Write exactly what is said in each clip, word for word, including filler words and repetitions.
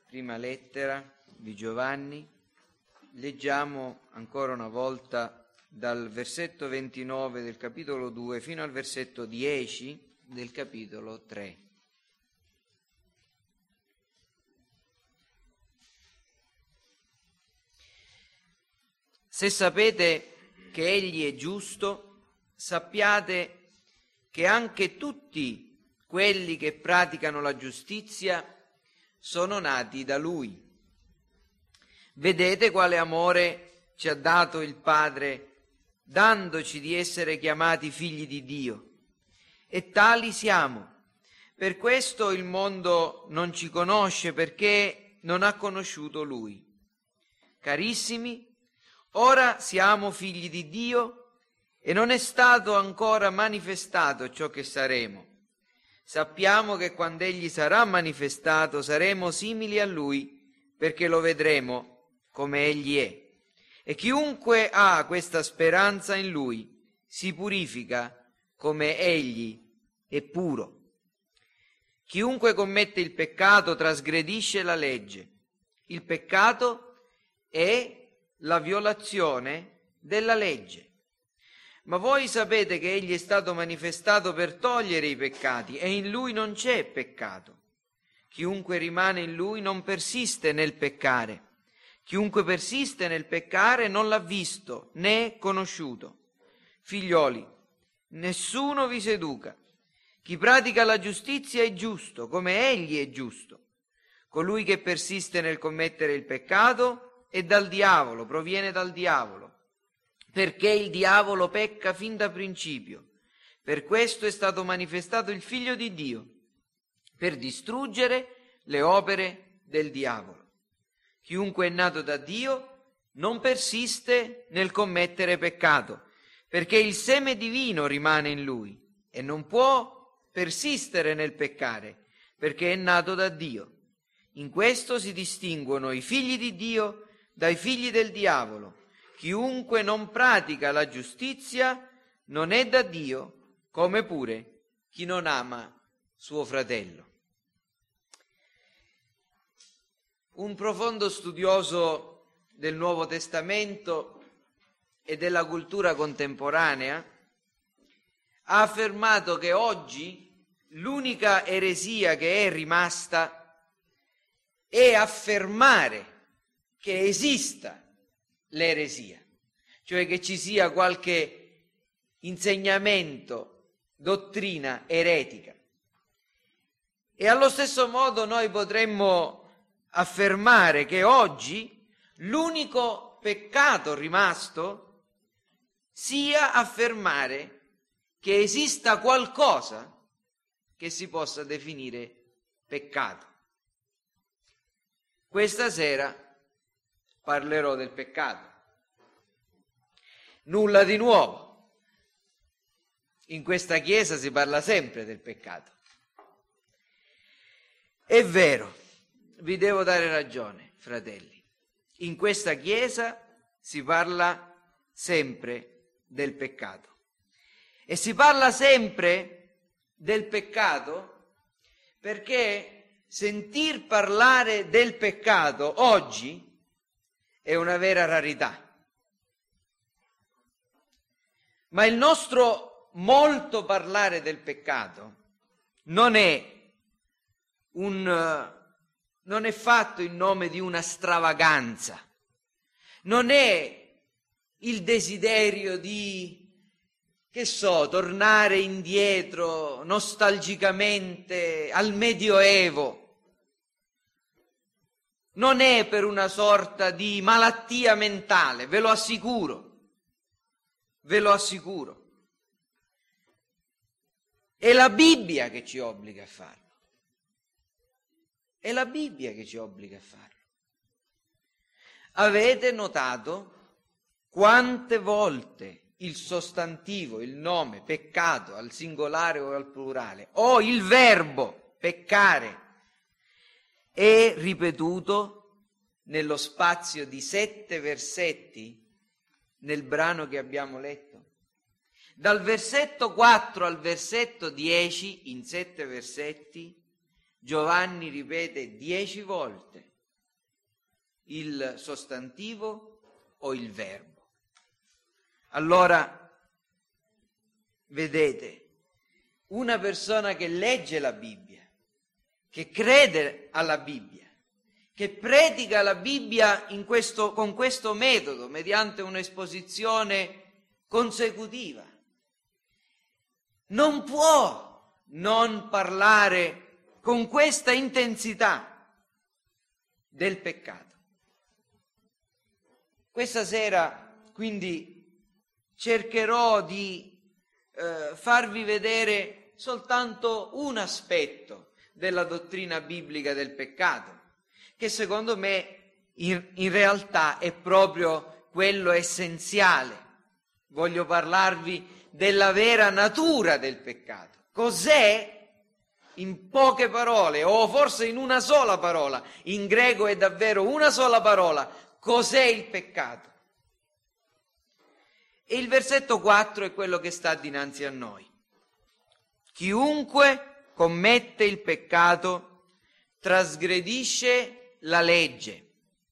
prima lettera di Giovanni. Leggiamo ancora una volta dal versetto ventinove del capitolo due fino al versetto dieci del capitolo tre. Se sapete che Egli è giusto, sappiate che anche tutti quelli che praticano la giustizia sono nati da Lui. Vedete quale amore ci ha dato il Padre, dandoci di essere chiamati figli di Dio. E tali siamo. Per questo il mondo non ci conosce, perché non ha conosciuto Lui. Carissimi, ora siamo figli di Dio e non è stato ancora manifestato ciò che saremo. Sappiamo che quando Egli sarà manifestato saremo simili a Lui, perché lo vedremo come Egli è. E chiunque ha questa speranza in Lui si purifica come Egli è puro. Chiunque commette il peccato trasgredisce la legge. Il peccato è la violazione della legge. Ma voi sapete che Egli è stato manifestato per togliere i peccati e in Lui non c'è peccato. Chiunque rimane in Lui non persiste nel peccare. Chiunque persiste nel peccare non l'ha visto né conosciuto. Figlioli, nessuno vi seduca. Chi pratica la giustizia è giusto, come Egli è giusto. Colui che persiste nel commettere il peccato è dal diavolo, proviene dal diavolo, perché il diavolo pecca fin da principio. Per questo è stato manifestato il Figlio di Dio, per distruggere le opere del diavolo. Chiunque è nato da Dio non persiste nel commettere peccato, perché il seme divino rimane in lui e non può persistere nel peccare, perché è nato da Dio. In questo si distinguono i figli di Dio dai figli del diavolo. Chiunque non pratica la giustizia non è da Dio, come pure chi non ama suo fratello. Un profondo studioso del Nuovo Testamento e della cultura contemporanea ha affermato che oggi l'unica eresia che è rimasta è affermare che esista l'eresia, cioè che ci sia qualche insegnamento, dottrina eretica. E allo stesso modo noi potremmo affermare che oggi l'unico peccato rimasto sia affermare che esista qualcosa che si possa definire peccato. Questa sera parlerò del peccato. Nulla di nuovo. In questa chiesa si parla sempre del peccato. È vero. Vi devo dare ragione, fratelli. In questa chiesa si parla sempre del peccato. E si parla sempre del peccato perché sentir parlare del peccato oggi è una vera rarità. Ma il nostro molto parlare del peccato non è un... non è fatto in nome di una stravaganza, non è il desiderio di, che so, tornare indietro nostalgicamente al Medioevo, non è per una sorta di malattia mentale, ve lo assicuro, ve lo assicuro. È la Bibbia che ci obbliga a farlo. È la Bibbia che ci obbliga a farlo. Avete notato quante volte il sostantivo, il nome, peccato, al singolare o al plurale, o il verbo, peccare, è ripetuto nello spazio di sette versetti nel brano che abbiamo letto? Dal versetto quattro al versetto dieci, in sette versetti, Giovanni ripete dieci volte il sostantivo o il verbo. Allora, vedete, una persona che legge la Bibbia, che crede alla Bibbia, che predica la Bibbia in questo, con questo metodo, mediante un'esposizione consecutiva, non può non parlare con questa intensità del peccato. Questa sera, quindi, cercherò di eh, farvi vedere soltanto un aspetto della dottrina biblica del peccato, che secondo me in, in realtà è proprio quello essenziale. Voglio parlarvi della vera natura del peccato. Cos'è? In poche parole, o forse in una sola parola, in greco è davvero una sola parola, cos'è il peccato? E il versetto quattro è quello che sta dinanzi a noi. Chiunque commette il peccato trasgredisce la legge.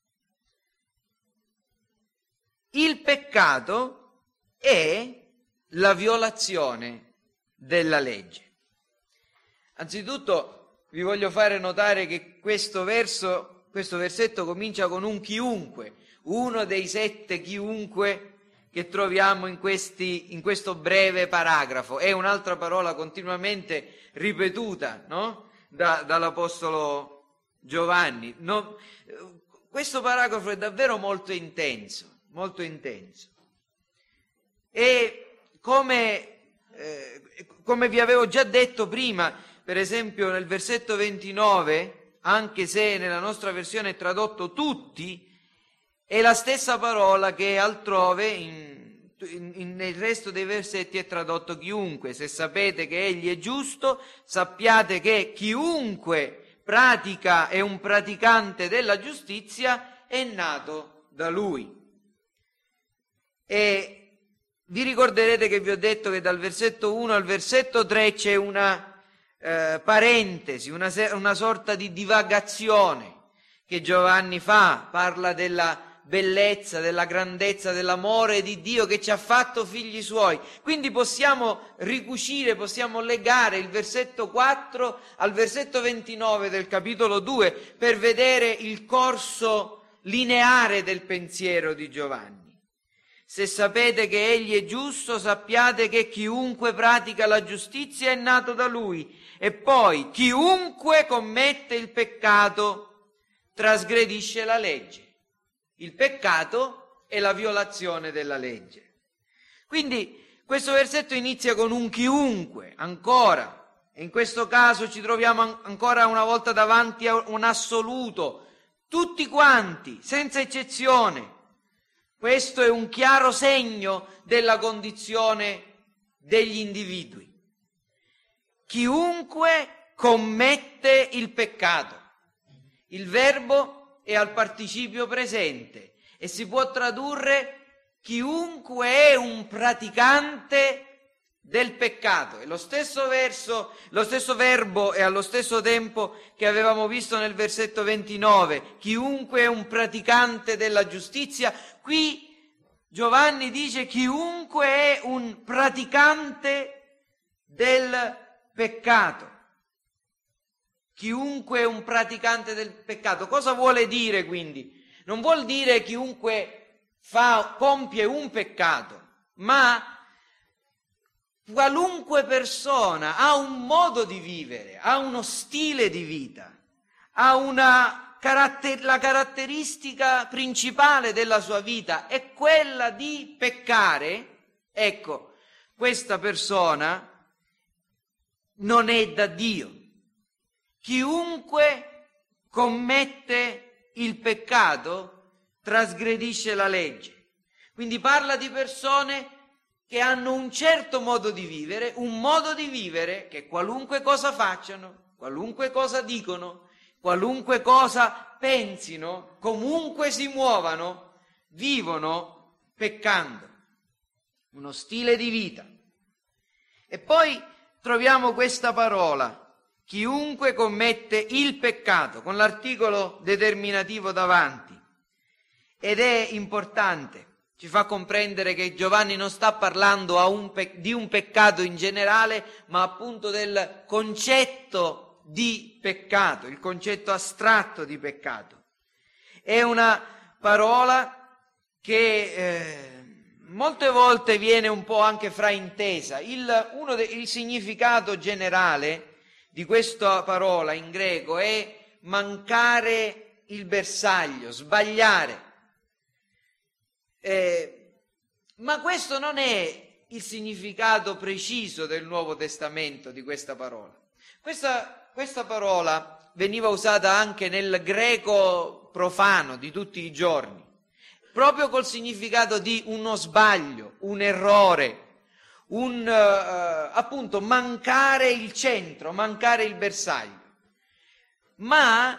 Il peccato è la violazione della legge. Anzitutto vi voglio fare notare che questo verso, questo versetto comincia con un chiunque, uno dei sette chiunque che troviamo in, questi, in questo breve paragrafo. È un'altra parola continuamente ripetuta, no? Da, dall'Apostolo Giovanni. No, questo paragrafo è davvero molto intenso, molto intenso. E come, eh, come vi avevo già detto prima, per esempio nel versetto ventinove, anche se nella nostra versione è tradotto tutti, è la stessa parola che altrove in, in, in, nel resto dei versetti è tradotto chiunque. Se sapete che egli è giusto, sappiate che chiunque pratica è un praticante della giustizia, è nato da lui. E vi ricorderete che vi ho detto che dal versetto uno al versetto tre c'è una eh, parentesi, una, una sorta di divagazione che Giovanni fa, parla della bellezza, della grandezza, dell'amore di Dio che ci ha fatto figli suoi. Quindi possiamo ricucire, possiamo legare il versetto quattro al versetto ventinove del capitolo due per vedere il corso lineare del pensiero di Giovanni. Se sapete che egli è giusto, sappiate che chiunque pratica la giustizia è nato da lui. E poi chiunque commette il peccato trasgredisce la legge. Il peccato è la violazione della legge. Quindi questo versetto inizia con un chiunque, ancora, e in questo caso ci troviamo an- ancora una volta davanti a un assoluto, tutti quanti, senza eccezione. Questo è un chiaro segno della condizione degli individui. Chiunque commette il peccato. Il verbo è al participio presente e si può tradurre chiunque è un praticante del peccato. È lo stesso verso, lo stesso verbo è allo stesso tempo che avevamo visto nel versetto ventinove, chiunque è un praticante della giustizia. Qui Giovanni dice chiunque è un praticante del peccato. Chiunque è un praticante del peccato. Cosa vuole dire quindi? Non vuol dire chiunque fa, compie un peccato, ma qualunque persona ha un modo di vivere, ha uno stile di vita, ha una caratter- la caratteristica principale della sua vita è quella di peccare. Ecco, questa persona non è da Dio. Chiunque commette il peccato trasgredisce la legge. Quindi parla di persone che hanno un certo modo di vivere, un modo di vivere che qualunque cosa facciano, qualunque cosa dicono, qualunque cosa pensino, comunque si muovano, vivono peccando. Uno stile di vita. E poi troviamo questa parola. Chiunque commette il peccato, con l'articolo determinativo davanti. ed è importante. Ci fa comprendere che Giovanni non sta parlando a un pe- di un peccato in generale, ma appunto del concetto di peccato, il concetto astratto di peccato. È una parola che eh, molte volte viene un po' anche fraintesa. Il, uno de, il significato generale di questa parola in greco è mancare il bersaglio, sbagliare. Eh, ma questo non è il significato preciso del Nuovo Testamento di questa parola. Questa, questa parola veniva usata anche nel greco profano di tutti i giorni, proprio col significato di uno sbaglio, un errore, un uh, appunto mancare il centro, mancare il bersaglio. Ma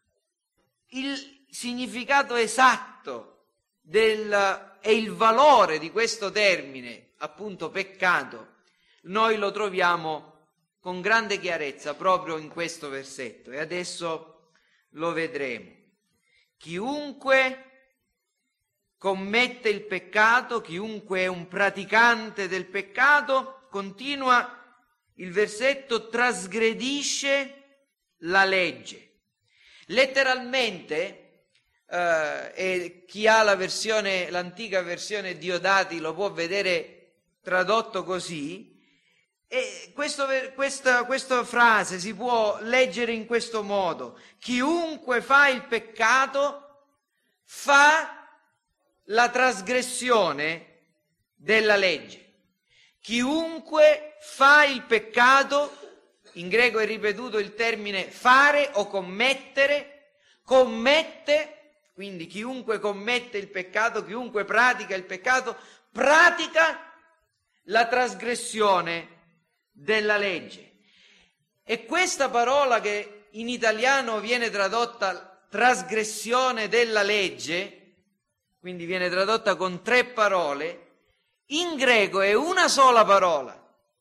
il significato esatto del, e il valore di questo termine, appunto peccato, noi lo troviamo con grande chiarezza proprio in questo versetto, e adesso lo vedremo. Chiunque commette il peccato, chiunque è un praticante del peccato, continua il versetto, trasgredisce la legge. Letteralmente, eh, e chi ha la versione, l'antica versione Diodati lo può vedere tradotto così, e questo, questa, questa frase si può leggere in questo modo: chiunque fa il peccato fa la trasgressione della legge. Chiunque fa il peccato, in greco è ripetuto il termine fare o commettere, commette, quindi chiunque commette il peccato, chiunque pratica il peccato, pratica la trasgressione della legge. E questa parola, che in italiano viene tradotta trasgressione della legge, quindi viene tradotta con tre parole, in greco è una sola parola.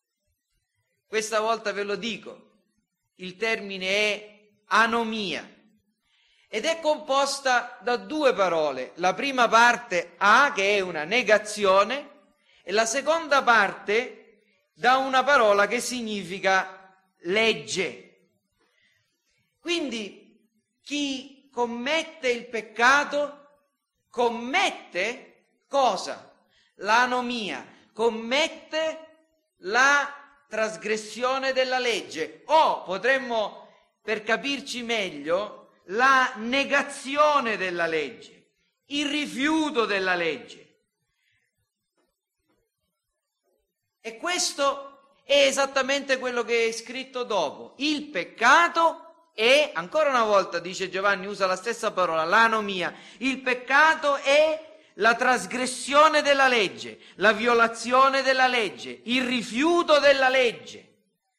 Questa volta ve lo dico, il termine è anomia ed è composta da due parole. La prima parte, a, che è una negazione, e la seconda parte da una parola che significa legge. Quindi chi commette il peccato commette cosa? L'anomia, commette la trasgressione della legge, o potremmo, per capirci meglio, la negazione della legge, il rifiuto della legge. E questo è esattamente quello che è scritto dopo. Il peccato è, ancora una volta dice Giovanni, usa la stessa parola, l'anomia. Il peccato è la trasgressione della legge, la violazione della legge, il rifiuto della legge.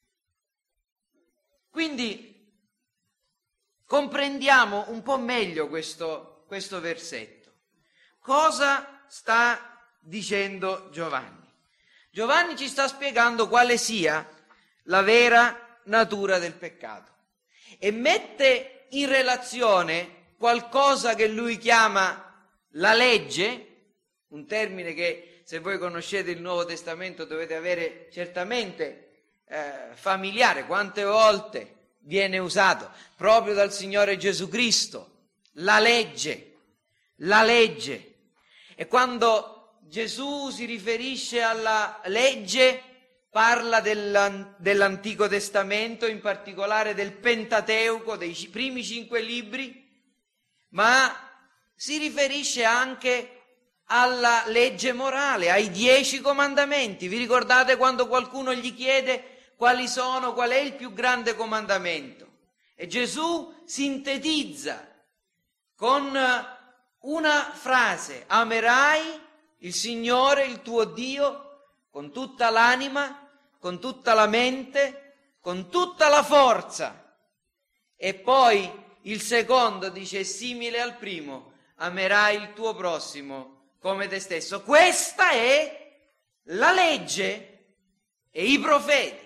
Quindi comprendiamo un po' meglio questo, questo versetto. Cosa sta dicendo Giovanni? Giovanni ci sta spiegando quale sia la vera natura del peccato e mette in relazione qualcosa che lui chiama la legge, un termine che, se voi conoscete il Nuovo Testamento, dovete avere certamente eh, familiare. Quante volte viene usato proprio dal Signore Gesù Cristo, la legge, la legge. E quando Gesù si riferisce alla legge, parla dell'Antico Testamento, in particolare del Pentateuco, dei primi cinque libri, ma si riferisce anche alla legge morale, ai dieci comandamenti. Vi ricordate quando qualcuno gli chiede quali sono, qual è il più grande comandamento? E Gesù sintetizza con una frase: amerai il Signore, il tuo Dio, con tutta l'anima, con tutta la mente, con tutta la forza. E poi il secondo dice, simile al primo, amerai il tuo prossimo come te stesso. Questa è la legge e i profeti.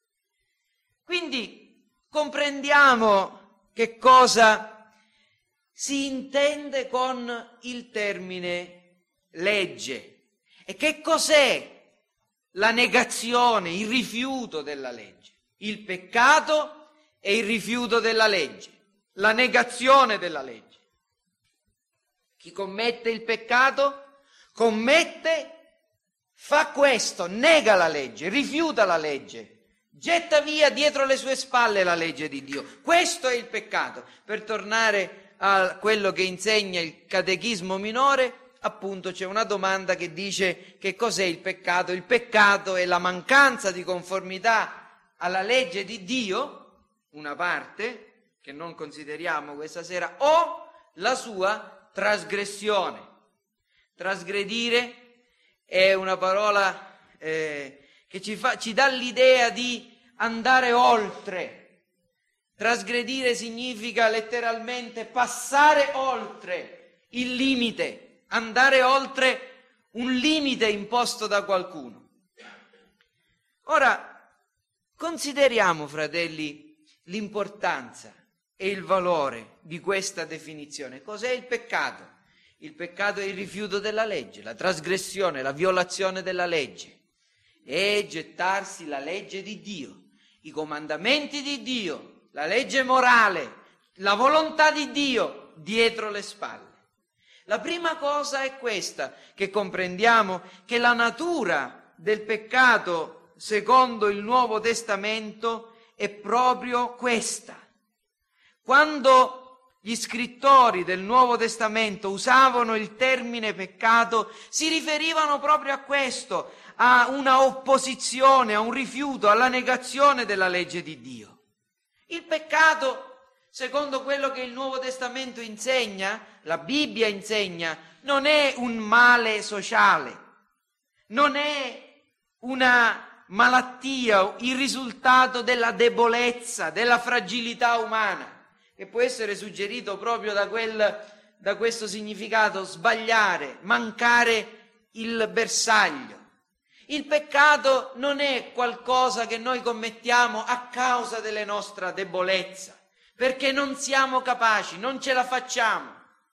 Quindi comprendiamo che cosa si intende con il termine legge. E che cos'è la negazione, il rifiuto della legge? Il peccato e il rifiuto della legge, la negazione della legge. Chi commette il peccato commette, fa questo, nega la legge, rifiuta la legge, getta via dietro le sue spalle la legge di Dio. Questo è il peccato. Per tornare a quello che insegna il catechismo minore, appunto c'è una domanda che dice: che cos'è il peccato? Il peccato è la mancanza di conformità alla legge di Dio, una parte che non consideriamo questa sera, o la sua trasgressione. Trasgredire è una parola eh, che ci, fa, ci dà l'idea di andare oltre. Trasgredire significa letteralmente passare oltre il limite, andare oltre un limite imposto da qualcuno. Ora, consideriamo, fratelli, l'importanza e il valore di questa definizione. Cos'è il peccato? Il peccato è il rifiuto della legge, la trasgressione, la violazione della legge. È gettarsi la legge di Dio, i comandamenti di Dio, la legge morale, la volontà di Dio dietro le spalle. La prima cosa è questa, che comprendiamo che la natura del peccato, secondo il Nuovo Testamento, è proprio questa. Quando gli scrittori del Nuovo Testamento usavano il termine peccato, si riferivano proprio a questo, a una opposizione, a un rifiuto, alla negazione della legge di Dio. Il peccato, secondo quello che il Nuovo Testamento insegna, la Bibbia insegna, non è un male sociale, non è una malattia, il risultato della debolezza, della fragilità umana, che può essere suggerito proprio da, quel, da questo significato: sbagliare, mancare il bersaglio. Il peccato non è qualcosa che noi commettiamo a causa della nostra debolezza, perché non siamo capaci, non ce la facciamo.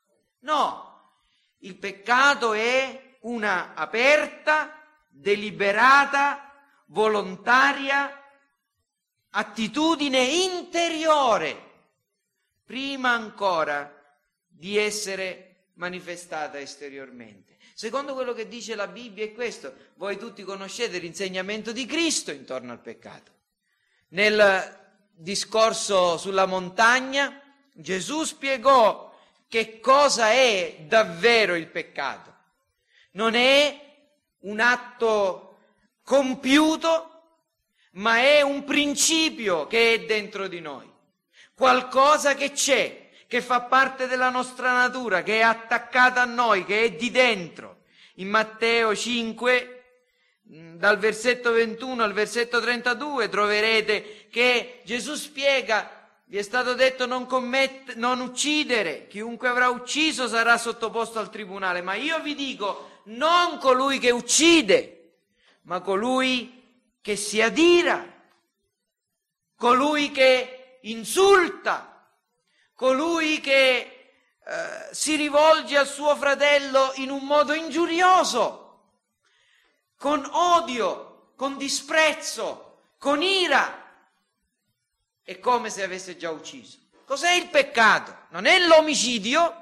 No, il peccato è una aperta, deliberata, volontaria attitudine interiore, prima ancora di essere manifestata esteriormente. Secondo quello che dice la Bibbia è questo. Voi tutti conoscete l'insegnamento di Cristo intorno al peccato. Nel discorso sulla montagna Gesù spiegò che cosa è davvero il peccato. Non è un atto compiuto, ma è un principio che è dentro di noi. Qualcosa che c'è, che fa parte della nostra natura, che è attaccata a noi, che è di dentro. In Matteo cinque, dal versetto ventuno al versetto trentadue, troverete che Gesù spiega: vi è stato detto non, commett- non uccidere, chiunque avrà ucciso sarà sottoposto al tribunale, ma io vi dico, non colui che uccide, ma colui che si adira, colui che insulta, colui che eh, si rivolge al suo fratello in un modo ingiurioso, con odio, con disprezzo, con ira, è come se avesse già ucciso. Cos'è il peccato? Non è l'omicidio,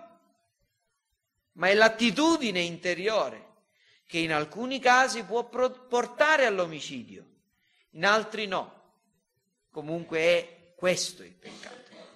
ma è l'attitudine interiore che in alcuni casi può portare all'omicidio, in altri no. Comunque è questo il peccato.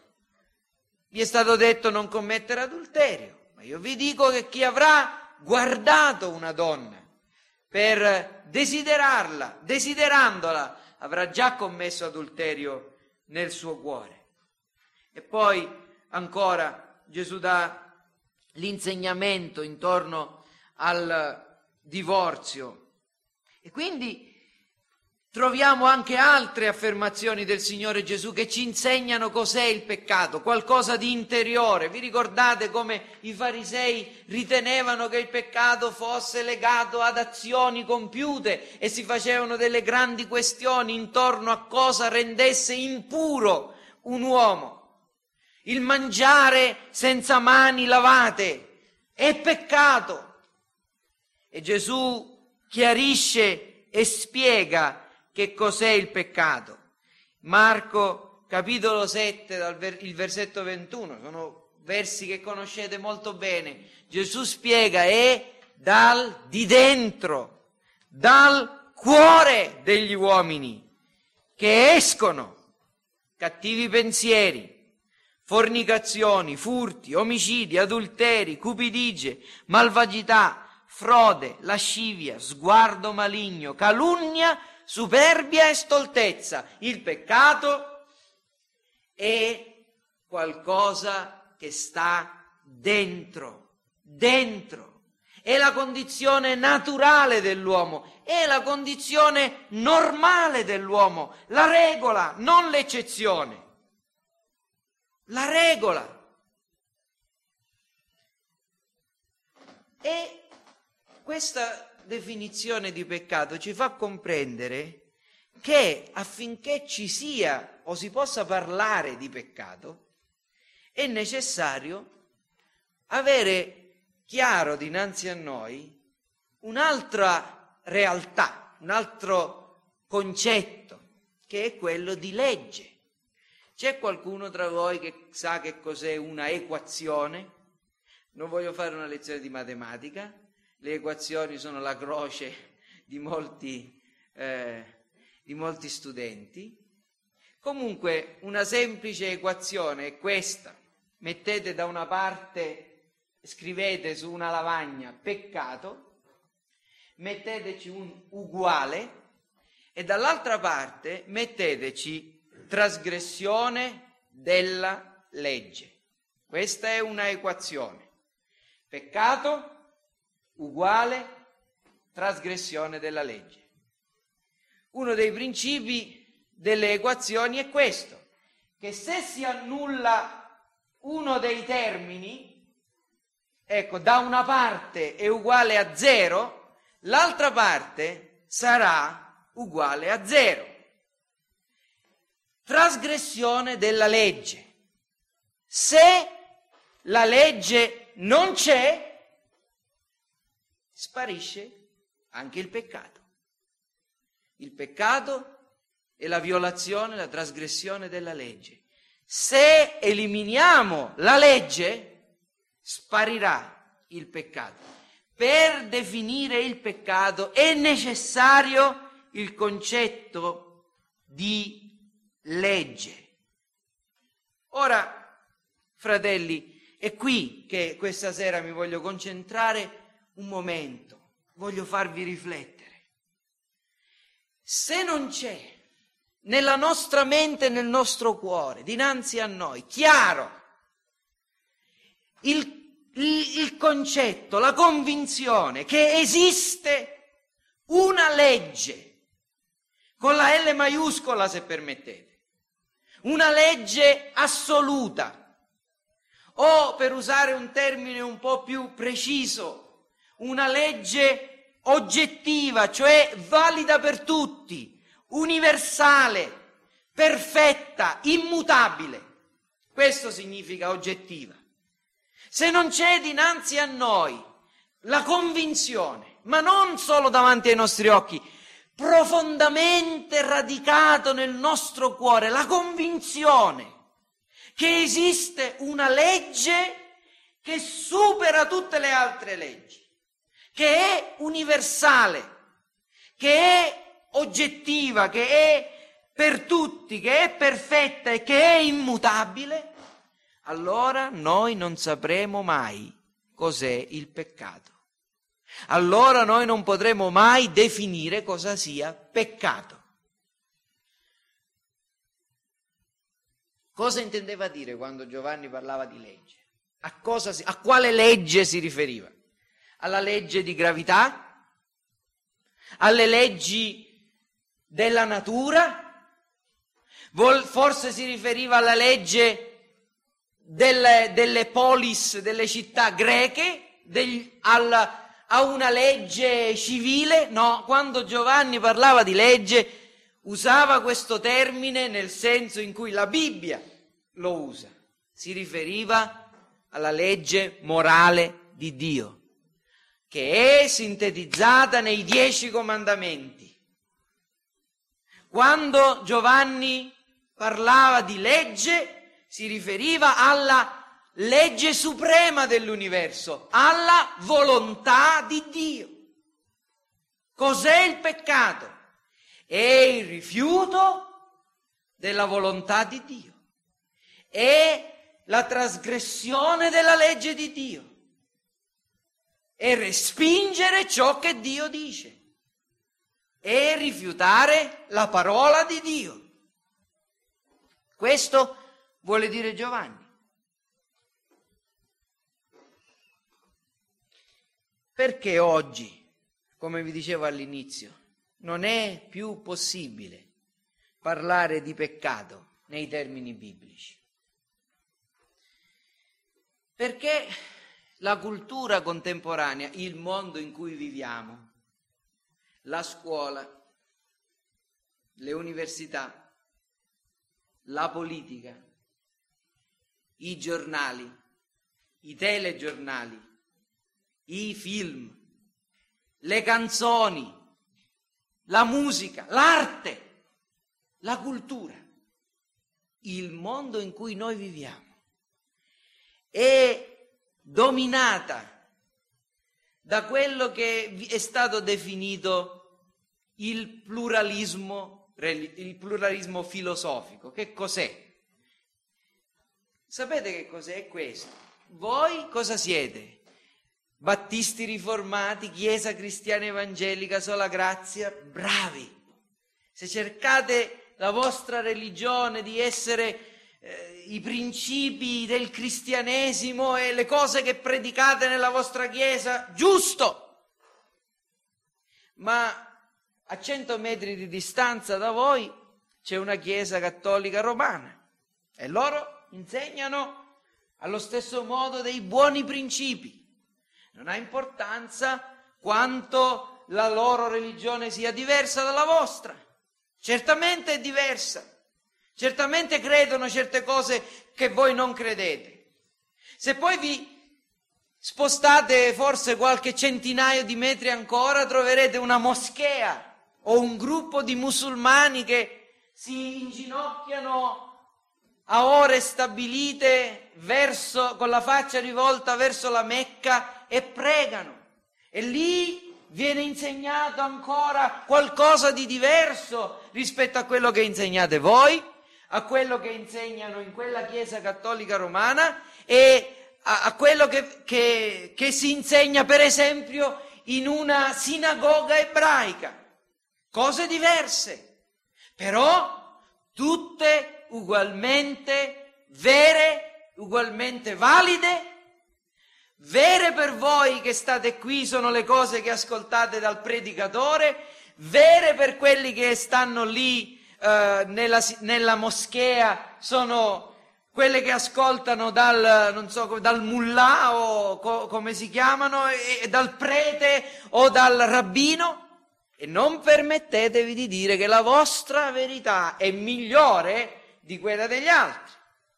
Vi è stato detto non commettere adulterio, ma io vi dico che chi avrà guardato una donna per desiderarla, desiderandola, avrà già commesso adulterio nel suo cuore. E poi ancora Gesù dà l'insegnamento intorno al divorzio, e quindi troviamo anche altre affermazioni del Signore Gesù che ci insegnano cos'è il peccato, qualcosa di interiore. Vi ricordate come i farisei ritenevano che il peccato fosse legato ad azioni compiute e si facevano delle grandi questioni intorno a cosa rendesse impuro un uomo. Il mangiare senza mani lavate è peccato. E Gesù chiarisce e spiega che cos'è il peccato. Marco capitolo sette, dal ver- il versetto ventuno, sono versi che conoscete molto bene. Gesù spiega: è dal di dentro, dal cuore degli uomini che escono cattivi pensieri, fornicazioni, furti, omicidi, adulteri, cupidigie, malvagità, frode, lascivia, sguardo maligno, calunnia, superbia e stoltezza. Il peccato è qualcosa che sta dentro, dentro. È la condizione naturale dell'uomo, è la condizione normale dell'uomo, la regola, non l'eccezione. La regola. E questa definizione di peccato ci fa comprendere che affinché ci sia o si possa parlare di peccato è necessario avere chiaro dinanzi a noi un'altra realtà, un altro concetto, che è quello di legge. C'è qualcuno tra voi che sa che cos'è una equazione? Non voglio fare una lezione di matematica, le equazioni sono la croce di molti, eh, di molti studenti. Comunque una semplice equazione è questa: mettete da una parte, scrivete su una lavagna peccato, metteteci un uguale e dall'altra parte metteteci trasgressione della legge. Questa è una equazione: peccato uguale trasgressione della legge. Uno dei principi delle equazioni è questo, che se si annulla uno dei termini, ecco, da una parte è uguale a zero, l'altra parte sarà uguale a zero. Trasgressione della legge. Se la legge non c'è, sparisce anche il peccato. Il peccato è la violazione, la trasgressione della legge. Se eliminiamo la legge, sparirà il peccato. Per definire il peccato è necessario il concetto di legge. Ora, fratelli, è qui che questa sera mi voglio concentrare un momento, voglio farvi riflettere. Se non c'è nella nostra mente e nel nostro cuore, dinanzi a noi, chiaro, il, il, il concetto, la convinzione che esiste una legge, con la L maiuscola se permettete, una legge assoluta, o per usare un termine un po' più preciso, una legge oggettiva, cioè valida per tutti, universale, perfetta, immutabile. Questo significa oggettiva. Se non c'è dinanzi a noi la convinzione, ma non solo davanti ai nostri occhi, profondamente radicato nel nostro cuore, la convinzione che esiste una legge che supera tutte le altre leggi, che è universale, che è oggettiva, che è per tutti, che è perfetta e che è immutabile, allora noi non sapremo mai cos'è il peccato. Allora noi non potremo mai definire cosa sia peccato. Cosa intendeva dire quando Giovanni parlava di legge? A cosa si, a quale legge si riferiva? Alla legge di gravità? Alle leggi della natura? Vol, forse si riferiva alla legge delle, delle polis, delle città greche, degli, alla, a una legge civile? No, quando Giovanni parlava di legge usava questo termine nel senso in cui la Bibbia lo usa. si riferiva alla legge morale di Dio, che è sintetizzata nei dieci comandamenti. Quando Giovanni parlava di legge, si riferiva alla legge suprema dell'universo, alla volontà di Dio. Cos'è il peccato? È il rifiuto della volontà di Dio. È la trasgressione della legge di Dio. È respingere ciò che Dio dice. È rifiutare la parola di Dio. Questo vuole dire Giovanni. Perché oggi, come vi dicevo all'inizio, non è più possibile parlare di peccato nei termini biblici? Perché la cultura contemporanea, il mondo in cui viviamo, la scuola, le università, la politica, i giornali, i telegiornali, i film, le canzoni, la musica, l'arte, la cultura, il mondo in cui noi viviamo è dominata da quello che è stato definito il pluralismo, il pluralismo filosofico. Che cos'è? Sapete che cos'è questo? Voi cosa siete? Battisti riformati, Chiesa Cristiana Evangelica, Sola Grazia? Bravi! Se cercate la vostra religione di essere eh, i principi del cristianesimo e le cose che predicate nella vostra Chiesa, giusto! Ma a cento metri di distanza da voi c'è una Chiesa cattolica romana e loro insegnano allo stesso modo dei buoni principi. Non ha importanza quanto la loro religione sia diversa dalla vostra. Certamente è diversa. Certamente credono certe cose che voi non credete. Se poi vi spostate forse qualche centinaio di metri ancora, troverete una moschea o un gruppo di musulmani che si inginocchiano a ore stabilite verso, con la faccia rivolta verso la Mecca e pregano. E lì viene insegnato ancora qualcosa di diverso rispetto a quello che insegnate voi, a quello che insegnano in quella Chiesa cattolica romana e a, a quello che, che, che si insegna per esempio in una sinagoga ebraica. Cose diverse, però tutte ugualmente vere, ugualmente valide. Vere per voi che state qui sono le cose che ascoltate dal predicatore, vere per quelli che stanno lì eh, nella, nella moschea sono quelle che ascoltano dal, non so, dal mullah o co, come si chiamano, e, e dal prete o dal rabbino. E non permettetevi di dire che la vostra verità è migliore di quella degli altri.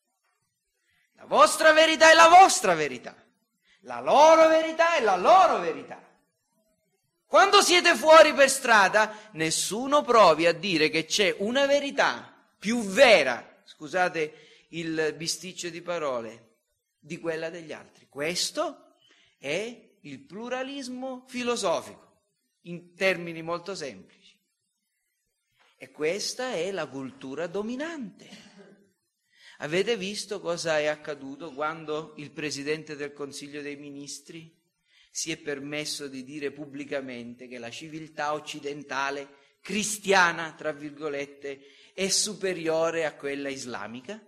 La vostra verità è la vostra verità. La loro verità è la loro verità. Quando siete fuori per strada, nessuno provi a dire che c'è una verità più vera, scusate il bisticcio di parole, di quella degli altri. Questo è il pluralismo filosofico, in termini molto semplici. E questa è la cultura dominante. Avete visto cosa è accaduto quando il Presidente del Consiglio dei Ministri si è permesso di dire pubblicamente che la civiltà occidentale, cristiana, tra virgolette, è superiore a quella islamica?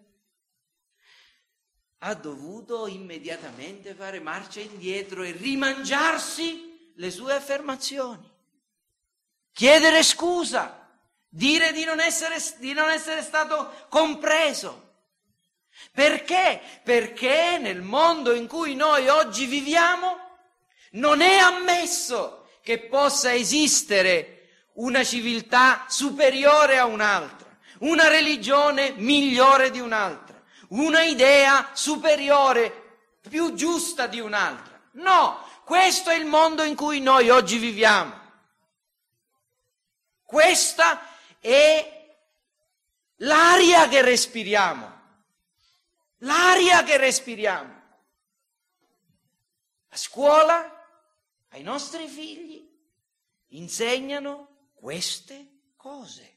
Ha dovuto immediatamente fare marcia indietro e rimangiarsi le sue affermazioni, chiedere scusa, dire di non essere, di non essere stato compreso. Perché? Perché nel mondo in cui noi oggi viviamo non è ammesso che possa esistere una civiltà superiore a un'altra, una religione migliore di un'altra, una idea superiore, più giusta di un'altra. No, questo è il mondo in cui noi oggi viviamo. Questa è l'aria che respiriamo. L'aria che respiriamo. A scuola, ai nostri figli, insegnano queste cose.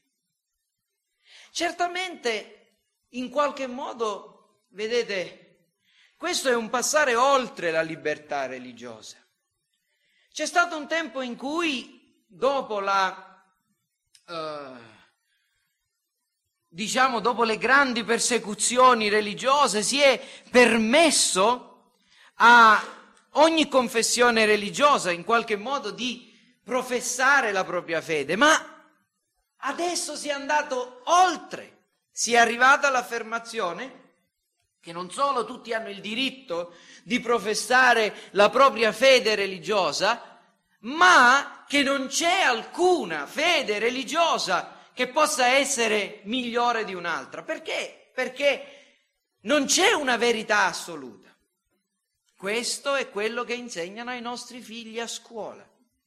Certamente, in qualche modo, vedete, questo è un passare oltre la libertà religiosa. C'è stato un tempo in cui, dopo la, eh, diciamo, dopo le grandi persecuzioni religiose, si è permesso a ogni confessione religiosa, in qualche modo, di professare la propria fede, ma adesso si è andato oltre, si è arrivata all'affermazione che non solo tutti hanno il diritto di professare la propria fede religiosa, ma che non c'è alcuna fede religiosa che possa essere migliore di un'altra. Perché? Perché non c'è una verità assoluta. Questo è quello che insegnano ai nostri figli a scuola.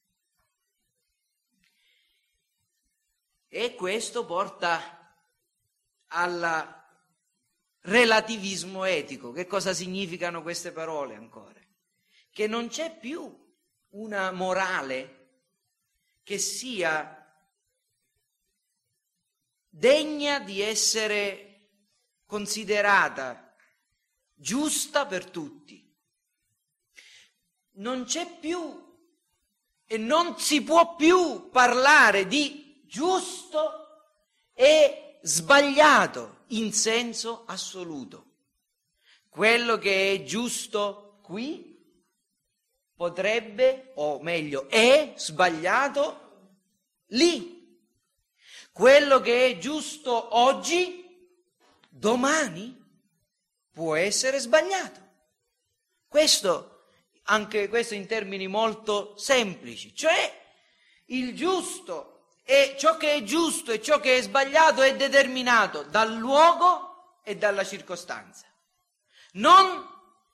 E questo porta al relativismo etico. Che cosa significano queste parole ancora? Che non c'è più una morale che sia degna di essere considerata giusta per tutti. Non c'è più e non si può più parlare di giusto e sbagliato in senso assoluto. Quello che è giusto qui potrebbe, o meglio, è sbagliato lì. Quello che è giusto oggi, domani può essere sbagliato. Questo, anche questo in termini molto semplici, cioè il giusto e ciò che è giusto e ciò che è sbagliato è determinato dal luogo e dalla circostanza, non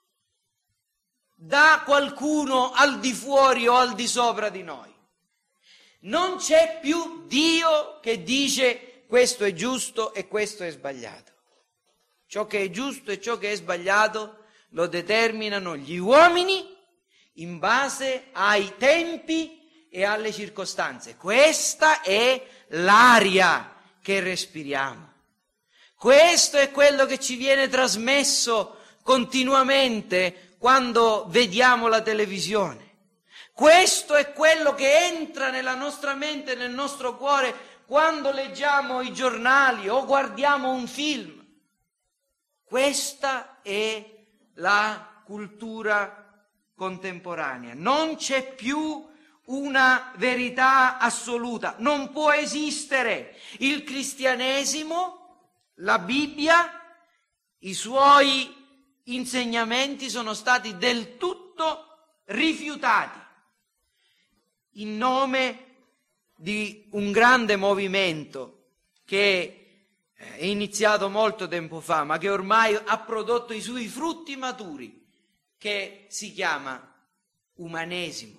da qualcuno al di fuori o al di sopra di noi. Non c'è più Dio che dice questo è giusto e questo è sbagliato. Ciò che è giusto e ciò che è sbagliato lo determinano gli uomini in base ai tempi e alle circostanze. Questa è l'aria che respiriamo. Questo è quello che ci viene trasmesso continuamente quando vediamo la televisione. Questo è quello che entra nella nostra mente, nel nostro cuore, quando leggiamo i giornali o guardiamo un film. Questa è la cultura contemporanea. Non c'è più una verità assoluta, non può esistere. Il cristianesimo, la Bibbia, i suoi insegnamenti sono stati del tutto rifiutati in nome di un grande movimento che è iniziato molto tempo fa, ma che ormai ha prodotto i suoi frutti maturi, che si chiama umanesimo.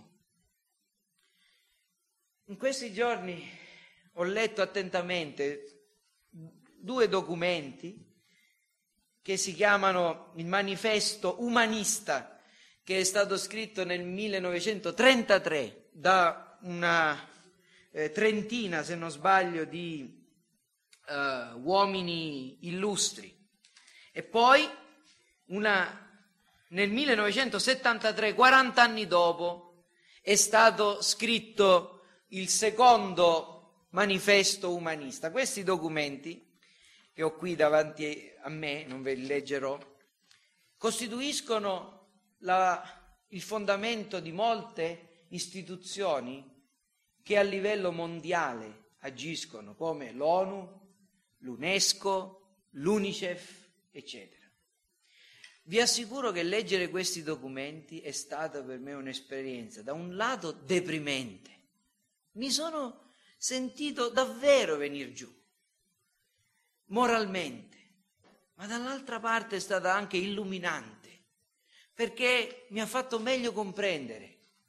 In questi giorni ho letto attentamente due documenti che si chiamano il Manifesto Umanista, che è stato scritto nel millenovecentotrentatré da una eh, trentina, se non sbaglio, di eh, uomini illustri. E poi una, nel millenovecentosettantatré, quaranta anni dopo, è stato scritto il secondo manifesto umanista. Questi documenti, che ho qui davanti a me, non ve li leggerò, costituiscono la, il fondamento di molte istituzioni che a livello mondiale agiscono, come l'ONU, l'UNESCO, l'UNICEF, eccetera. Vi assicuro che leggere questi documenti è stata per me un'esperienza, da un lato deprimente. Mi sono sentito davvero venir giù, moralmente, ma dall'altra parte è stata anche illuminante, perché mi ha fatto meglio comprendere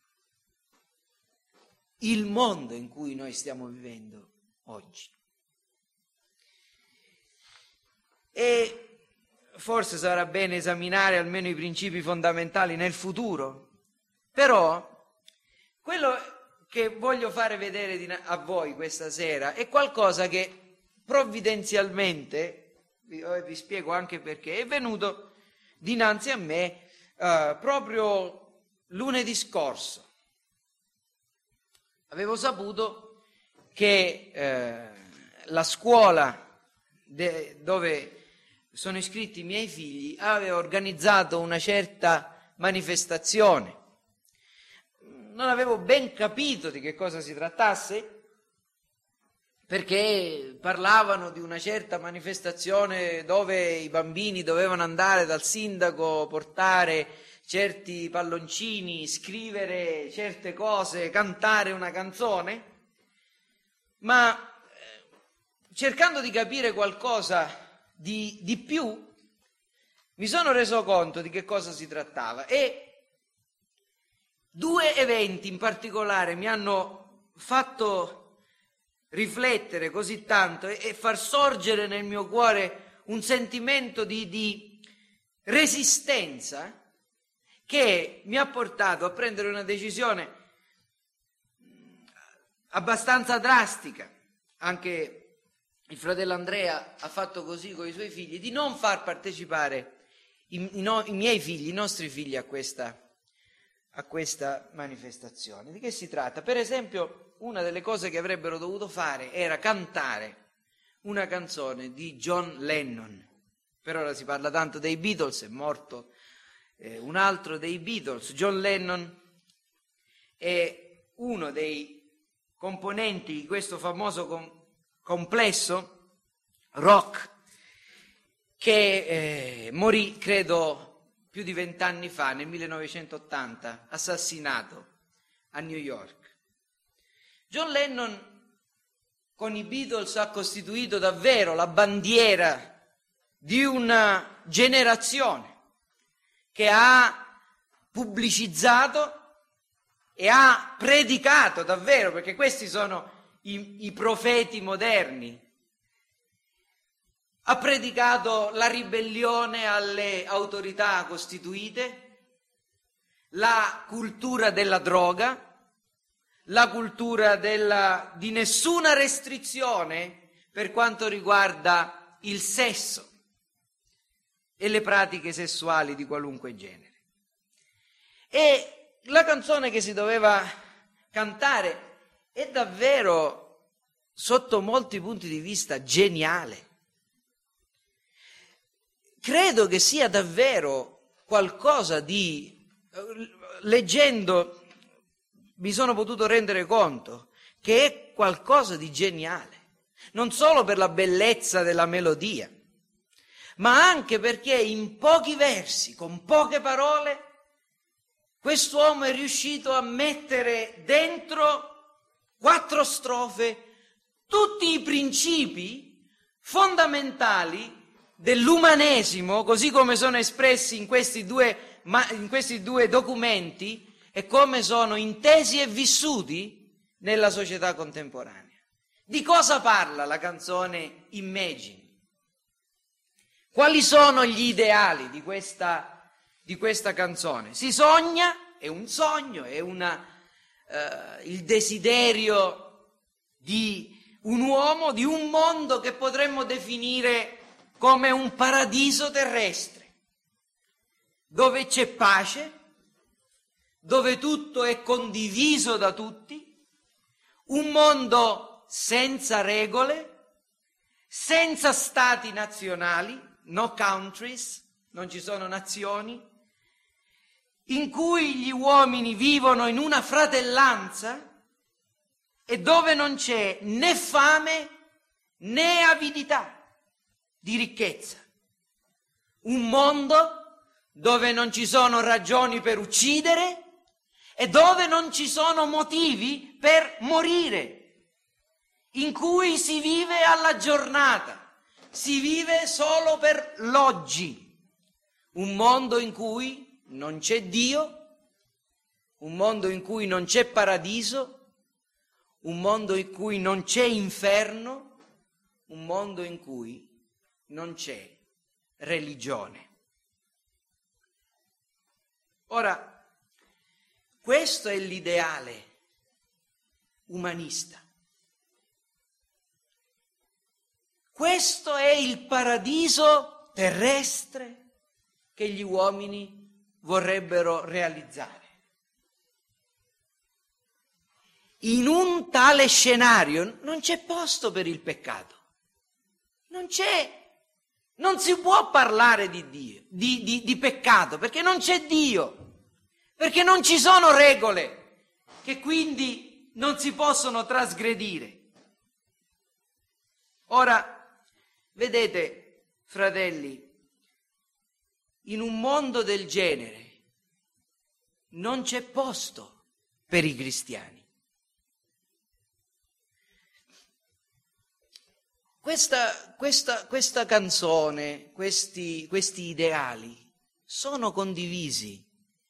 il mondo in cui noi stiamo vivendo oggi. E forse sarà bene esaminare almeno i principi fondamentali nel futuro, però quello che voglio fare vedere a voi questa sera è qualcosa che provvidenzialmente, vi, vi spiego anche perché, è venuto dinanzi a me uh, proprio lunedì scorso. Avevo saputo che eh, la scuola de, dove sono iscritti i miei figli aveva organizzato una certa manifestazione. Non avevo ben capito di che cosa si trattasse, perché parlavano di una certa manifestazione dove i bambini dovevano andare dal sindaco, portare certi palloncini, scrivere certe cose, cantare una canzone, ma eh, cercando di capire qualcosa di, di più, mi sono reso conto di che cosa si trattava, e due eventi in particolare mi hanno fatto riflettere così tanto e, e far sorgere nel mio cuore un sentimento di, di resistenza, che mi ha portato a prendere una decisione abbastanza drastica. Anche il fratello Andrea ha fatto così con i suoi figli, di non far partecipare i, i, no, i miei figli, i nostri figli a questa, a questa manifestazione. Di che si tratta? Per esempio, una delle cose che avrebbero dovuto fare era cantare una canzone di John Lennon. Per ora si parla tanto dei Beatles, è morto Eh, un altro dei Beatles. John Lennon è uno dei componenti di questo famoso com- complesso rock che eh, morì, credo, più di vent'anni fa, nel millenovecentottanta, assassinato a New York. John Lennon con i Beatles ha costituito davvero la bandiera di una generazione che ha pubblicizzato e ha predicato davvero, perché questi sono i, i profeti moderni, ha predicato la ribellione alle autorità costituite, la cultura della droga, la cultura della, di nessuna restrizione per quanto riguarda il sesso e le pratiche sessuali di qualunque genere. E la canzone che si doveva cantare è davvero, sotto molti punti di vista, geniale. Credo che sia davvero qualcosa di, leggendo, mi sono potuto rendere conto che è qualcosa di geniale, non solo per la bellezza della melodia, ma anche perché in pochi versi, con poche parole, quest'uomo è riuscito a mettere dentro quattro strofe tutti i principi fondamentali dell'umanesimo, così come sono espressi in questi due, in questi due documenti e come sono intesi e vissuti nella società contemporanea. Di cosa parla la canzone Imagine? Quali sono gli ideali di questa, di questa canzone? Si sogna, è un sogno, è una, eh, il desiderio di un uomo, di un mondo che potremmo definire come un paradiso terrestre, dove c'è pace, dove tutto è condiviso da tutti, un mondo senza regole, senza stati nazionali, no countries, non ci sono nazioni, in cui gli uomini vivono in una fratellanza e dove non c'è né fame né avidità di ricchezza. Un mondo dove non ci sono ragioni per uccidere e dove non ci sono motivi per morire, in cui si vive alla giornata, si vive solo per l'oggi, un mondo in cui non c'è Dio, un mondo in cui non c'è paradiso, un mondo in cui non c'è inferno, un mondo in cui non c'è religione. Ora, questo è l'ideale umanista. Questo è il paradiso terrestre che gli uomini vorrebbero realizzare. In un tale scenario non c'è posto per il peccato. Non c'è, non si può parlare di Dio, di, di, di peccato, perché non c'è Dio, perché non ci sono regole che quindi non si possono trasgredire. Ora, vedete, fratelli, in un mondo del genere non c'è posto per i cristiani. Questa, questa, questa canzone, questi, questi ideali sono condivisi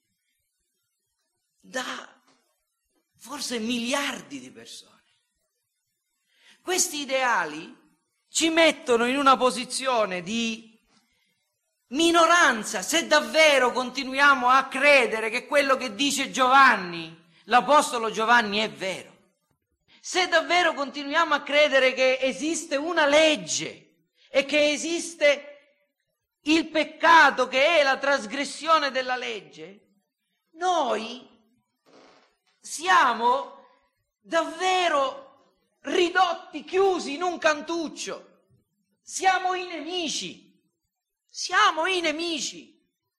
da forse miliardi di persone. Questi ideali ci mettono in una posizione di minoranza se davvero continuiamo a credere che quello che dice Giovanni, l'Apostolo Giovanni, è vero. Se davvero continuiamo a credere che esiste una legge e che esiste il peccato che è la trasgressione della legge, noi siamo davvero ridotti, chiusi in un cantuccio. Siamo i nemici. Siamo i nemici.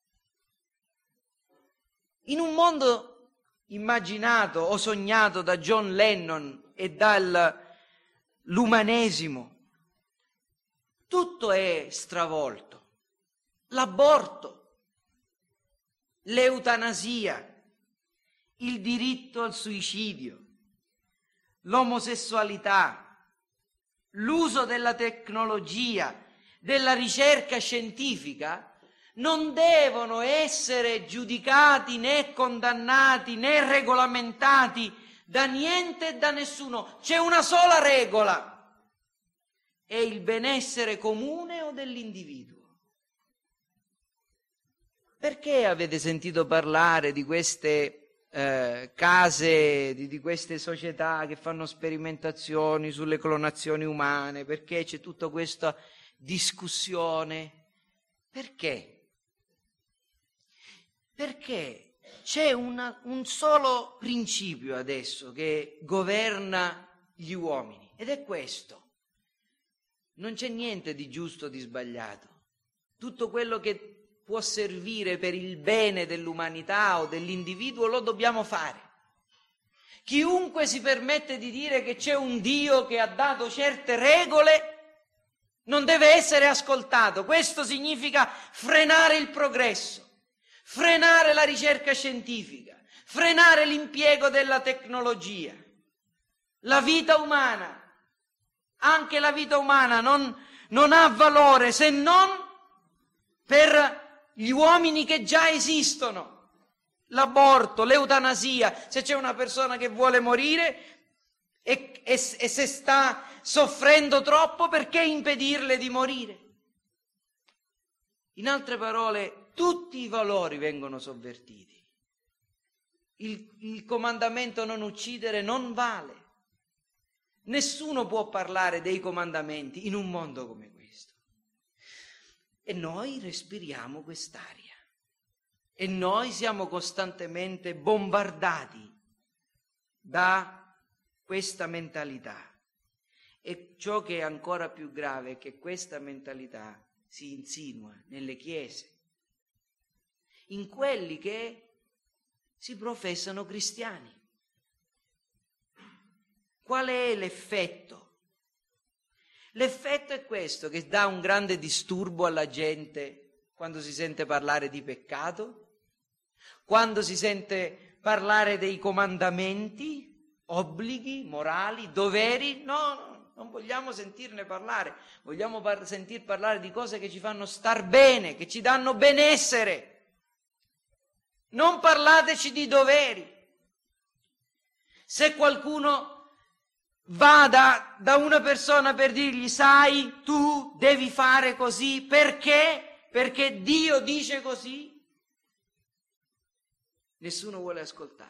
In un mondo immaginato o sognato da John Lennon e dall'umanesimo, tutto è stravolto. L'aborto, l'eutanasia, il diritto al suicidio, l'omosessualità, l'uso della tecnologia, della ricerca scientifica non devono essere giudicati né condannati né regolamentati da niente e da nessuno. C'è una sola regola: è il benessere comune o dell'individuo. Perché avete sentito parlare di queste eh, case, di, di queste società che fanno sperimentazioni sulle clonazioni umane? Perché c'è tutta questa discussione? Perché? Perché c'è una, un solo principio adesso che governa gli uomini, ed è questo: non c'è niente di giusto o di sbagliato. Tutto quello che può servire per il bene dell'umanità o dell'individuo lo dobbiamo fare. Chiunque si permette di dire che c'è un Dio che ha dato certe regole non deve essere ascoltato. Questo significa frenare il progresso, frenare la ricerca scientifica, frenare l'impiego della tecnologia. La vita umana, anche la vita umana, non, non ha valore se non per gli uomini che già esistono. L'aborto, l'eutanasia, se c'è una persona che vuole morire e, e, e se sta soffrendo troppo, perché impedirle di morire? In altre parole, tutti i valori vengono sovvertiti. Il, il comandamento non uccidere non vale. Nessuno può parlare dei comandamenti in un mondo come questo. E noi respiriamo quest'aria. E noi siamo costantemente bombardati da questa mentalità. E ciò che è ancora più grave è che questa mentalità si insinua nelle chiese, in quelli che si professano cristiani. Qual è l'effetto? L'effetto è questo, che dà un grande disturbo alla gente quando si sente parlare di peccato, quando si sente parlare dei comandamenti, obblighi morali, doveri. No, no. non vogliamo sentirne parlare, vogliamo par- sentir parlare di cose che ci fanno star bene, che ci danno benessere. Non parlateci di doveri. Se qualcuno va da, da una persona per dirgli, sai, tu devi fare così, perché? Perché Dio dice così, nessuno vuole ascoltare.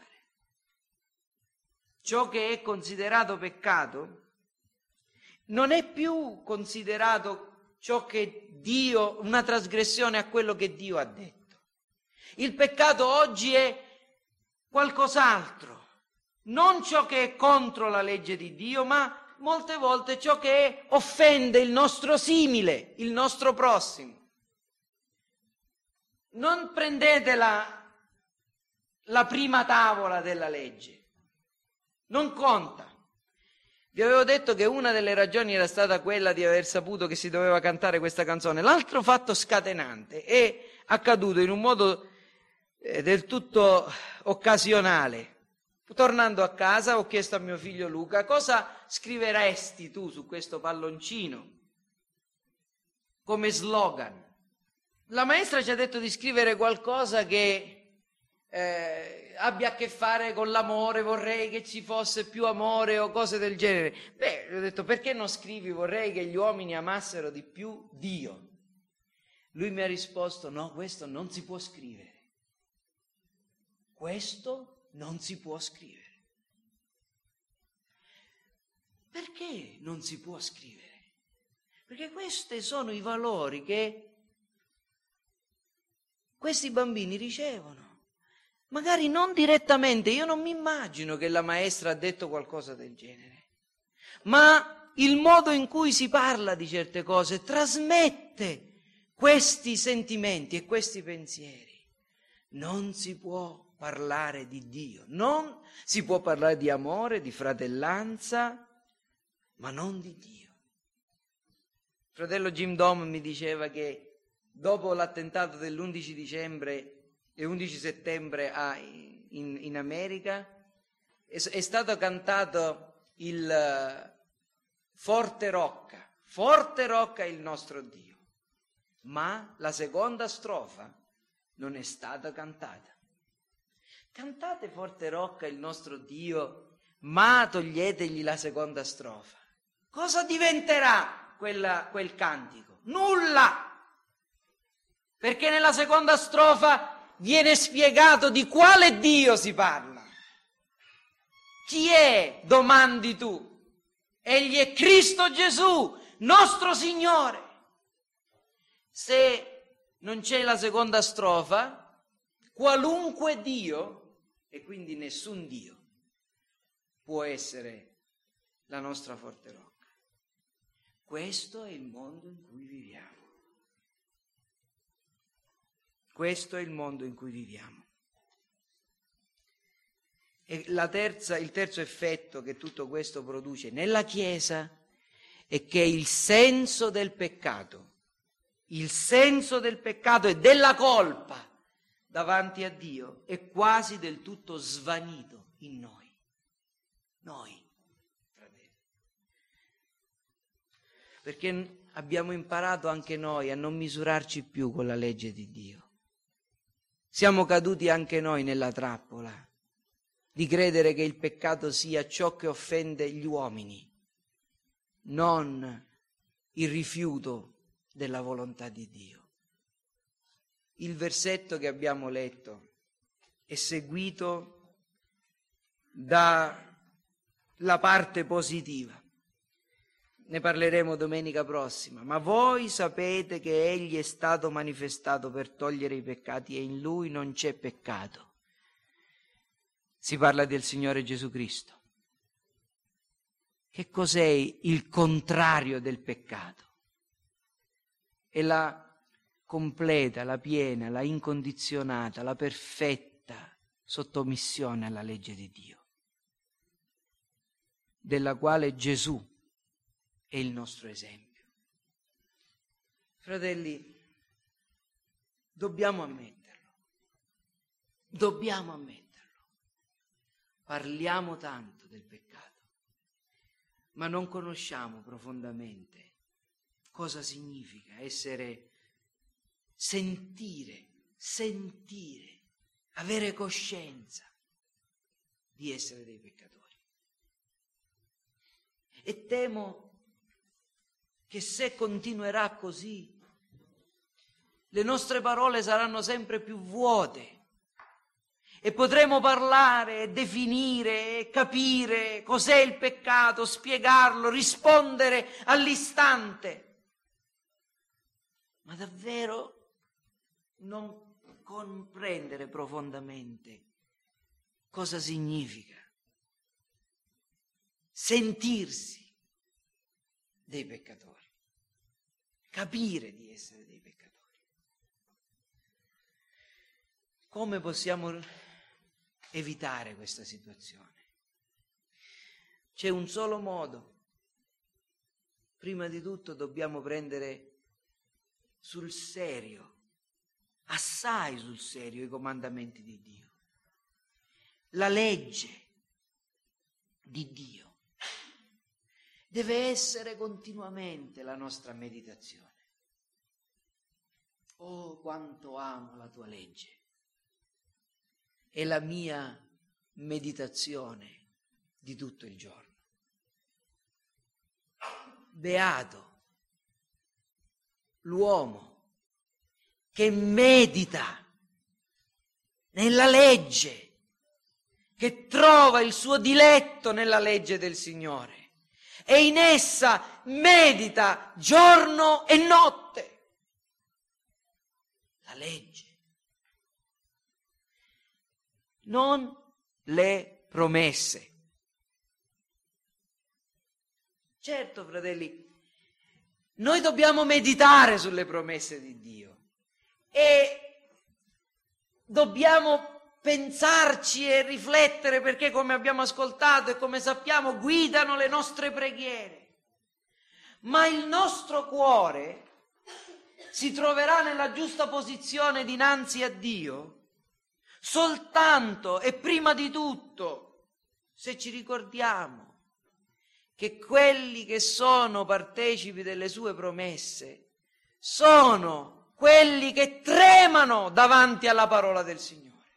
Ciò che è considerato peccato non è più considerato ciò che Dio, una trasgressione a quello che Dio ha detto. Il peccato oggi è qualcos'altro, non ciò che è contro la legge di Dio, ma molte volte ciò che offende il nostro simile, il nostro prossimo. Non prendete la, la prima tavola della legge, non conta. Vi avevo detto che una delle ragioni era stata quella di aver saputo che si doveva cantare questa canzone. L'altro fatto scatenante è accaduto in un modo eh, del tutto occasionale. Tornando a casa ho chiesto a mio figlio Luca: cosa scriveresti tu su questo palloncino come slogan? La maestra ci ha detto di scrivere qualcosa che eh, abbia a che fare con l'amore, vorrei che ci fosse più amore o cose del genere. Beh, gli ho detto: perché non scrivi vorrei che gli uomini amassero di più Dio? Lui mi ha risposto: no, questo non si può scrivere. Questo non si può scrivere. Perché non si può scrivere? Perché questi sono i valori che questi bambini ricevono. Magari non direttamente, io non mi immagino che la maestra ha detto qualcosa del genere, ma il modo in cui si parla di certe cose trasmette questi sentimenti e questi pensieri. Non si può parlare di Dio, non si può parlare di amore, di fratellanza, ma non di Dio. Il fratello Jim Dom mi diceva che dopo l'attentato dell'undici dicembre e undici settembre a, in, in America è, è stato cantato il Forte Rocca, Forte Rocca è il nostro Dio, ma la seconda strofa non è stata cantata. Cantate Forte Rocca il nostro Dio, ma toglietegli la seconda strofa. Cosa diventerà quella, quel cantico? Nulla! Perché nella seconda strofa viene spiegato di quale Dio si parla. Chi è, domandi tu? Egli è Cristo Gesù, nostro Signore. Se non c'è la seconda strofa, qualunque Dio, e quindi nessun Dio, può essere la nostra forte rocca. Questo è il mondo in cui viviamo. Questo è il mondo in cui viviamo. E la terza, il terzo effetto che tutto questo produce nella Chiesa è che il senso del peccato, il senso del peccato e della colpa davanti a Dio è quasi del tutto svanito in noi. Noi, fratelli. Perché abbiamo imparato anche noi a non misurarci più con la legge di Dio. Siamo caduti anche noi nella trappola di credere che il peccato sia ciò che offende gli uomini, non il rifiuto della volontà di Dio. Il versetto che abbiamo letto è seguito dalla parte positiva. Ne parleremo domenica prossima. Ma voi sapete che Egli è stato manifestato per togliere i peccati e in Lui non c'è peccato. Si parla del Signore Gesù Cristo. Che cos'è il contrario del peccato? È la completa, la piena, la incondizionata, la perfetta sottomissione alla legge di Dio, della quale Gesù è il nostro esempio. Fratelli, dobbiamo ammetterlo, dobbiamo ammetterlo. Parliamo tanto del peccato, ma non conosciamo profondamente cosa significa essere, sentire, sentire, avere coscienza di essere dei peccatori. E temo che se continuerà così, le nostre parole saranno sempre più vuote e potremo parlare e definire e capire cos'è il peccato, spiegarlo, rispondere all'istante, ma davvero non comprendere profondamente cosa significa sentirsi dei peccatori, capire di essere dei peccatori. Come possiamo evitare questa situazione? C'è un solo modo. Prima di tutto dobbiamo prendere sul serio, assai sul serio, i comandamenti di Dio, la legge di Dio. Deve essere continuamente la nostra meditazione. Oh, quanto amo la tua legge! È la mia meditazione di tutto il giorno. Beato l'uomo che medita nella legge, che trova il suo diletto nella legge del Signore e in essa medita giorno e notte. La legge. Non le promesse. Certo, fratelli, noi dobbiamo meditare sulle promesse di Dio e dobbiamo pensarci e riflettere, perché, come abbiamo ascoltato e come sappiamo, guidano le nostre preghiere. Ma il nostro cuore si troverà nella giusta posizione dinanzi a Dio soltanto e prima di tutto se ci ricordiamo che quelli che sono partecipi delle sue promesse sono quelli che tremano davanti alla parola del Signore.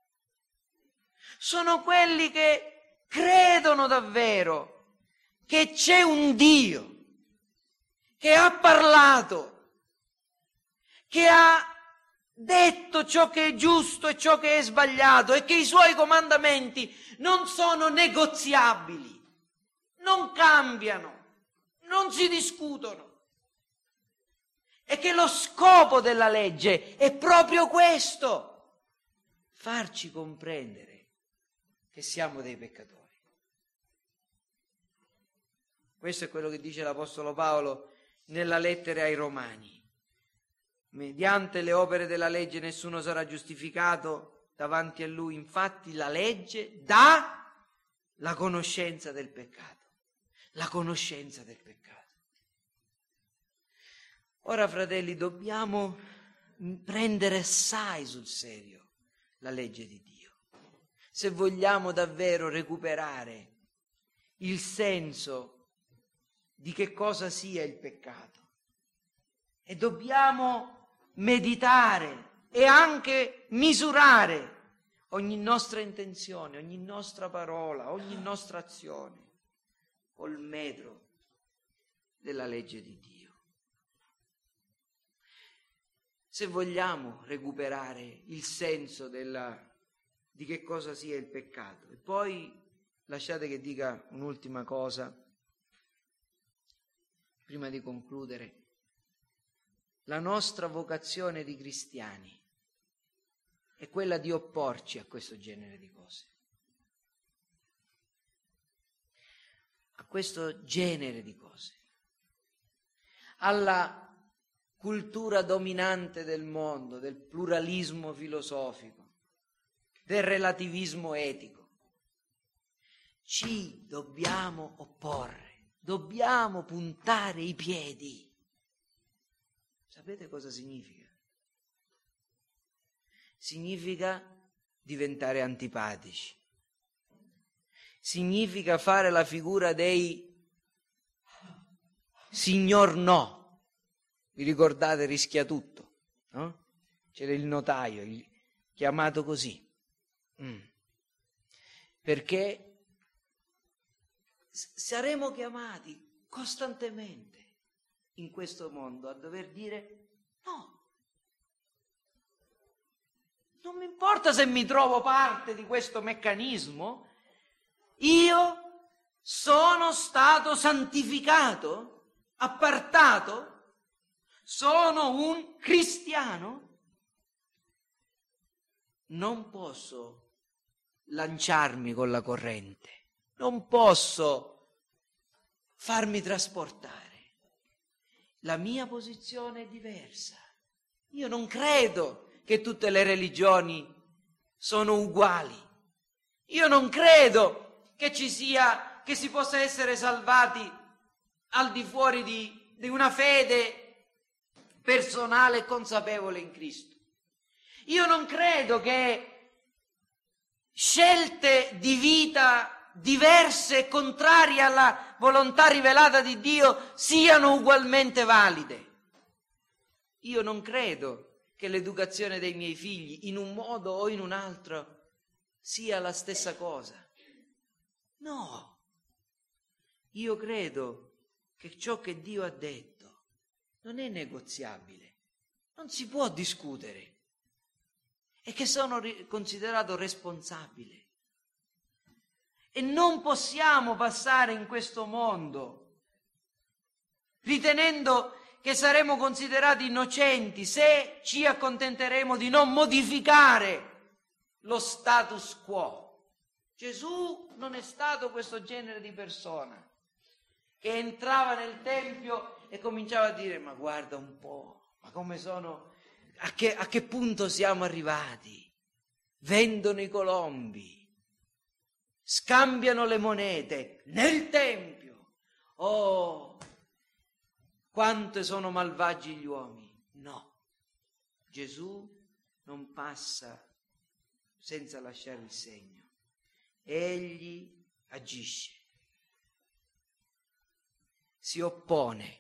Sono quelli che credono davvero che c'è un Dio che ha parlato, che ha detto ciò che è giusto e ciò che è sbagliato, e che i suoi comandamenti non sono negoziabili, non cambiano, non si discutono, e che lo scopo della legge è proprio questo: farci comprendere che siamo dei peccatori. Questo è quello che dice l'Apostolo Paolo nella lettera ai Romani. Mediante le opere della legge nessuno sarà giustificato davanti a lui, infatti la legge dà la conoscenza del peccato, la conoscenza del peccato. Ora, fratelli, dobbiamo prendere assai sul serio la legge di Dio, se vogliamo davvero recuperare il senso di che cosa sia il peccato, e dobbiamo meditare e anche misurare ogni nostra intenzione, ogni nostra parola, ogni nostra azione col metro della legge di Dio. Se vogliamo recuperare il senso della, di che cosa sia il peccato. E poi lasciate che dica un'ultima cosa prima di concludere. La nostra vocazione di cristiani è quella di opporci a questo genere di cose, a questo genere di cose, alla cultura dominante del mondo, del pluralismo filosofico, del relativismo etico. Ci dobbiamo opporre, dobbiamo puntare i piedi. Sapete cosa significa? Significa diventare antipatici. Significa fare la figura dei signor no. Vi ricordate Rischia Tutto? No? C'era il notaio, il, chiamato così. Mm. Perché saremo chiamati costantemente in questo mondo a dover dire no. Non mi importa se mi trovo parte di questo meccanismo, io sono stato santificato, appartato, sono un cristiano. Non posso lanciarmi con la corrente, non posso farmi trasportare. La mia posizione è diversa. Io non credo che tutte le religioni sono uguali. Io non credo che ci sia, che si possa essere salvati al di fuori di, di una fede personale e consapevole in Cristo. Io non credo che scelte di vita diverse e contrarie alla volontà rivelata di Dio siano ugualmente valide. Io non credo che l'educazione dei miei figli in un modo o in un altro sia la stessa cosa. No, io credo che ciò che Dio ha detto non è negoziabile, non si può discutere e che sono considerato responsabile. E non possiamo passare in questo mondo ritenendo che saremo considerati innocenti se ci accontenteremo di non modificare lo status quo. Gesù non è stato questo genere di persona che entrava nel tempio e cominciava a dire: ma guarda un po', ma come sono, a che, a che punto siamo arrivati? Vendono i colombi, scambiano le monete nel tempio. Oh, quanto sono malvagi gli uomini. No, Gesù non passa senza lasciare il segno. Egli agisce, si oppone,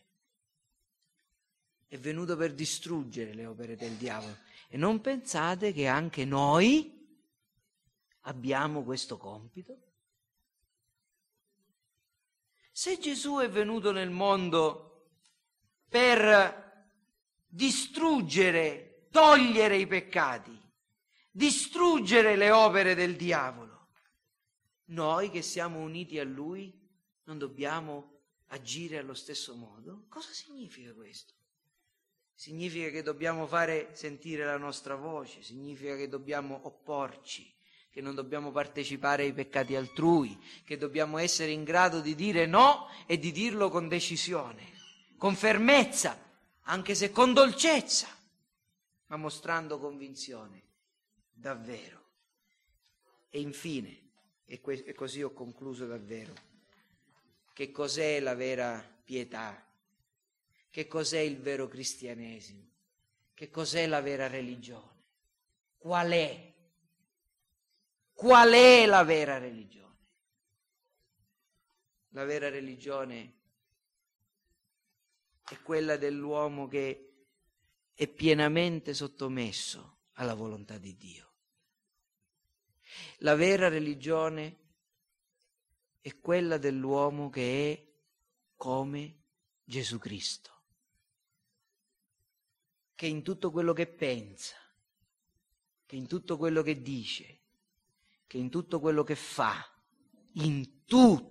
è venuto per distruggere le opere del diavolo. E non pensate che anche noi abbiamo questo compito? Se Gesù è venuto nel mondo per distruggere, togliere i peccati, distruggere le opere del diavolo, noi che siamo uniti a Lui non dobbiamo agire allo stesso modo? Cosa significa questo? Significa che dobbiamo fare sentire la nostra voce, significa che dobbiamo opporci, che non dobbiamo partecipare ai peccati altrui, che dobbiamo essere in grado di dire no e di dirlo con decisione, con fermezza, anche se con dolcezza, ma mostrando convinzione, davvero. E infine, e, que- e così ho concluso davvero, che cos'è la vera pietà? Che cos'è il vero cristianesimo? Che cos'è la vera religione? Qual è? Qual è la vera religione? La vera religione è quella dell'uomo che è pienamente sottomesso alla volontà di Dio. La vera religione è quella dell'uomo che è come Gesù Cristo, che in tutto quello che pensa, che in tutto quello che dice, che in tutto quello che fa, in tutto,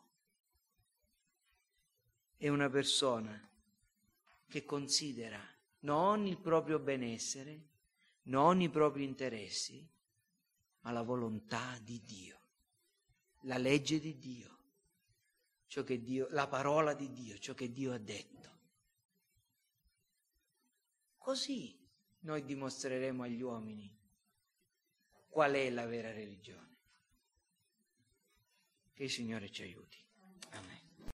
è una persona che considera non il proprio benessere, non i propri interessi, ma la volontà di Dio, la legge di Dio, ciò che Dio, la parola di Dio, ciò che Dio ha detto. Così noi dimostreremo agli uomini qual è la vera religione. Che il Signore ci aiuti.